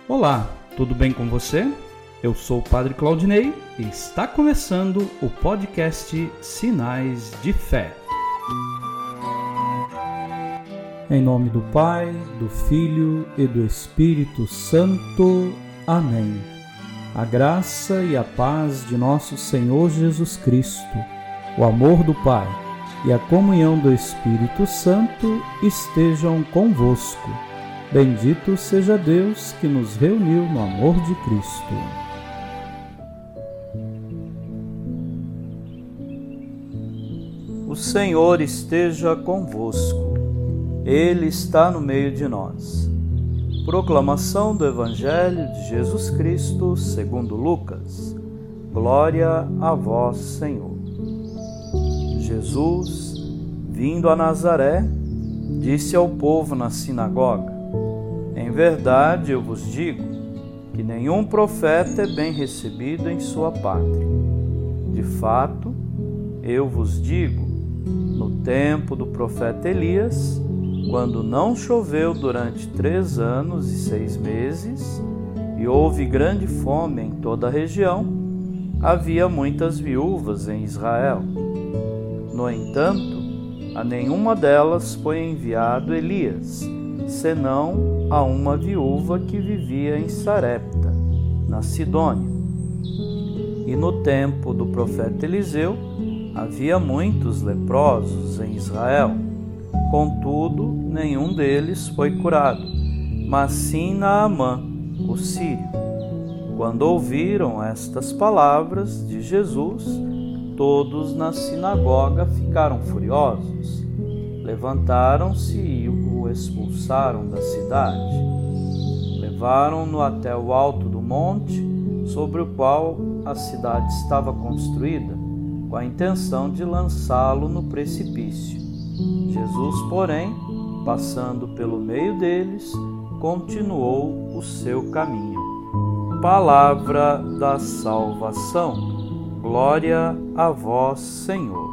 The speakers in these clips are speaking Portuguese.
Olá, tudo bem com você? Eu sou o Padre Claudinei e está começando o podcast Sinais de Fé. Em nome do Pai, do Filho e do Espírito Santo. Amém. A graça e a paz de nosso Senhor Jesus Cristo, o amor do Pai e a comunhão do Espírito Santo estejam convosco. Bendito seja Deus que nos reuniu no amor de Cristo. O Senhor esteja convosco. Ele está no meio de nós. Proclamação do Evangelho de Jesus Cristo segundo Lucas. Glória a vós, Senhor. Jesus, vindo a Nazaré, disse ao povo na sinagoga: Em verdade eu vos digo que nenhum profeta é bem recebido em sua pátria. De fato, eu vos digo, no tempo do profeta Elias, quando não choveu durante 3 anos e 6 meses, e houve grande fome em toda a região, havia muitas viúvas em Israel. No entanto, a nenhuma delas foi enviado Elias, senão a uma viúva que vivia em Sarepta, na Sidônia. E no tempo do profeta Eliseu, havia muitos leprosos em Israel. Contudo, nenhum deles foi curado, mas sim Naamã, o sírio. Quando ouviram estas palavras de Jesus, todos na sinagoga ficaram furiosos. Levantaram-se e o expulsaram da cidade. Levaram-no até o alto do monte, sobre o qual a cidade estava construída, com a intenção de lançá-lo no precipício. Jesus, porém, passando pelo meio deles, continuou o seu caminho. Palavra da salvação. Glória a vós, Senhor.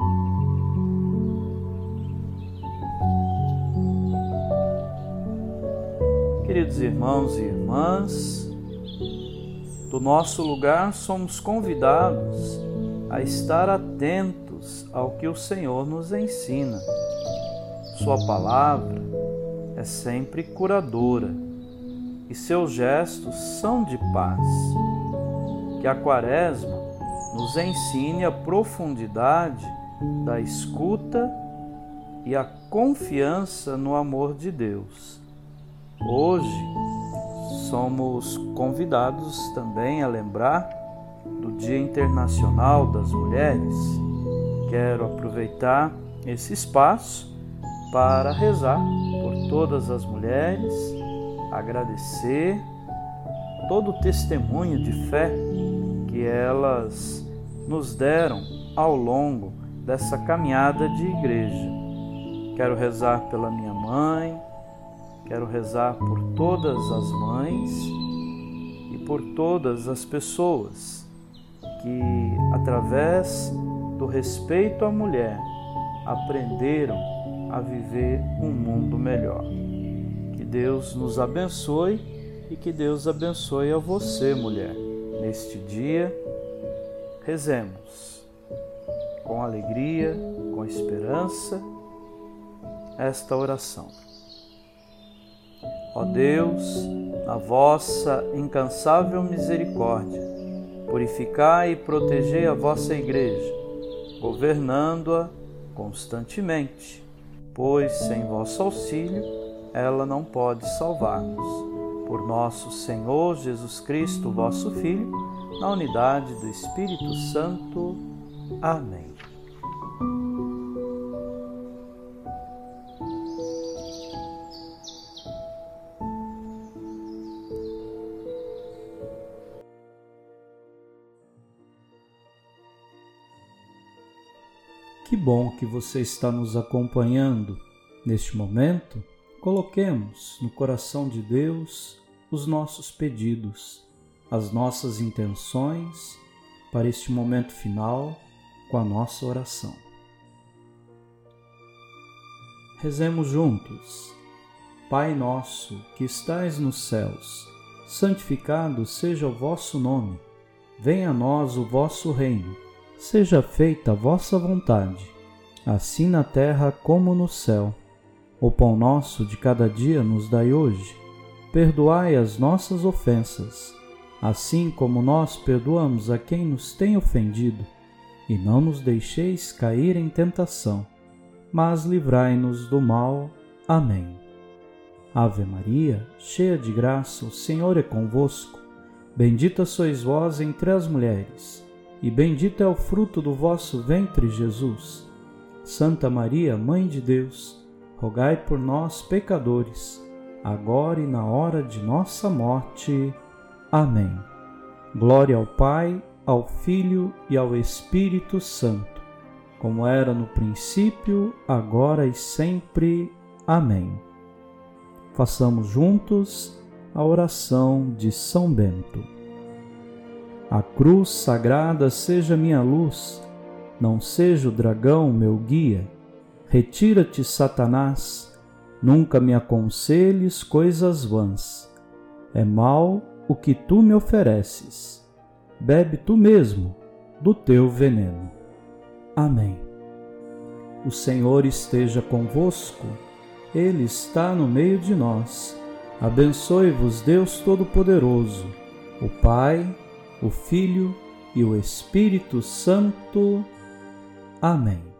Queridos irmãos e irmãs, do nosso lugar somos convidados a estar atentos ao que o Senhor nos ensina. Sua palavra é sempre curadora e seus gestos são de paz. Que a Quaresma nos ensine a profundidade da escuta e a confiança no amor de Deus. Hoje somos convidados também a lembrar do Dia Internacional das Mulheres. Quero aproveitar esse espaço para rezar por todas as mulheres, agradecer todo o testemunho de fé que elas nos deram ao longo dessa caminhada de igreja. Quero rezar pela minha mãe, quero rezar por todas as mães e por todas as pessoas que, através do respeito à mulher, aprenderam a viver um mundo melhor. Que Deus nos abençoe e que Deus abençoe a você, mulher. Neste dia, rezemos com alegria, com esperança, esta oração. Ó Deus, na vossa incansável misericórdia, purificai e protegei a vossa Igreja, governando-a constantemente, pois sem vosso auxílio ela não pode salvar-nos. Por nosso Senhor Jesus Cristo, vosso Filho, na unidade do Espírito Santo. Amém. Que bom que você está nos acompanhando. Neste momento, coloquemos no coração de Deus os nossos pedidos, as nossas intenções para este momento final com a nossa oração. Rezemos juntos. Pai nosso, que estais nos céus, santificado seja o vosso nome. Venha a nós o vosso reino. Seja feita a vossa vontade, assim na terra como no céu. O pão nosso de cada dia nos dai hoje. Perdoai as nossas ofensas, assim como nós perdoamos a quem nos tem ofendido. E não nos deixeis cair em tentação, mas livrai-nos do mal. Amém. Ave Maria, cheia de graça, o Senhor é convosco. Bendita sois vós entre as mulheres, e bendito é o fruto do vosso ventre, Jesus. Santa Maria, Mãe de Deus, rogai por nós, pecadores, agora e na hora de nossa morte. Amém. Glória ao Pai, ao Filho e ao Espírito Santo, como era no princípio, agora e sempre. Amém. Façamos juntos a oração de São Bento. A cruz sagrada seja minha luz, não seja o dragão meu guia. Retira-te, Satanás, nunca me aconselhes coisas vãs. É mal o que tu me ofereces. Bebe tu mesmo do teu veneno. Amém. O Senhor esteja convosco, Ele está no meio de nós. Abençoe-vos Deus Todo-Poderoso, o Pai, o Filho e o Espírito Santo. Amém.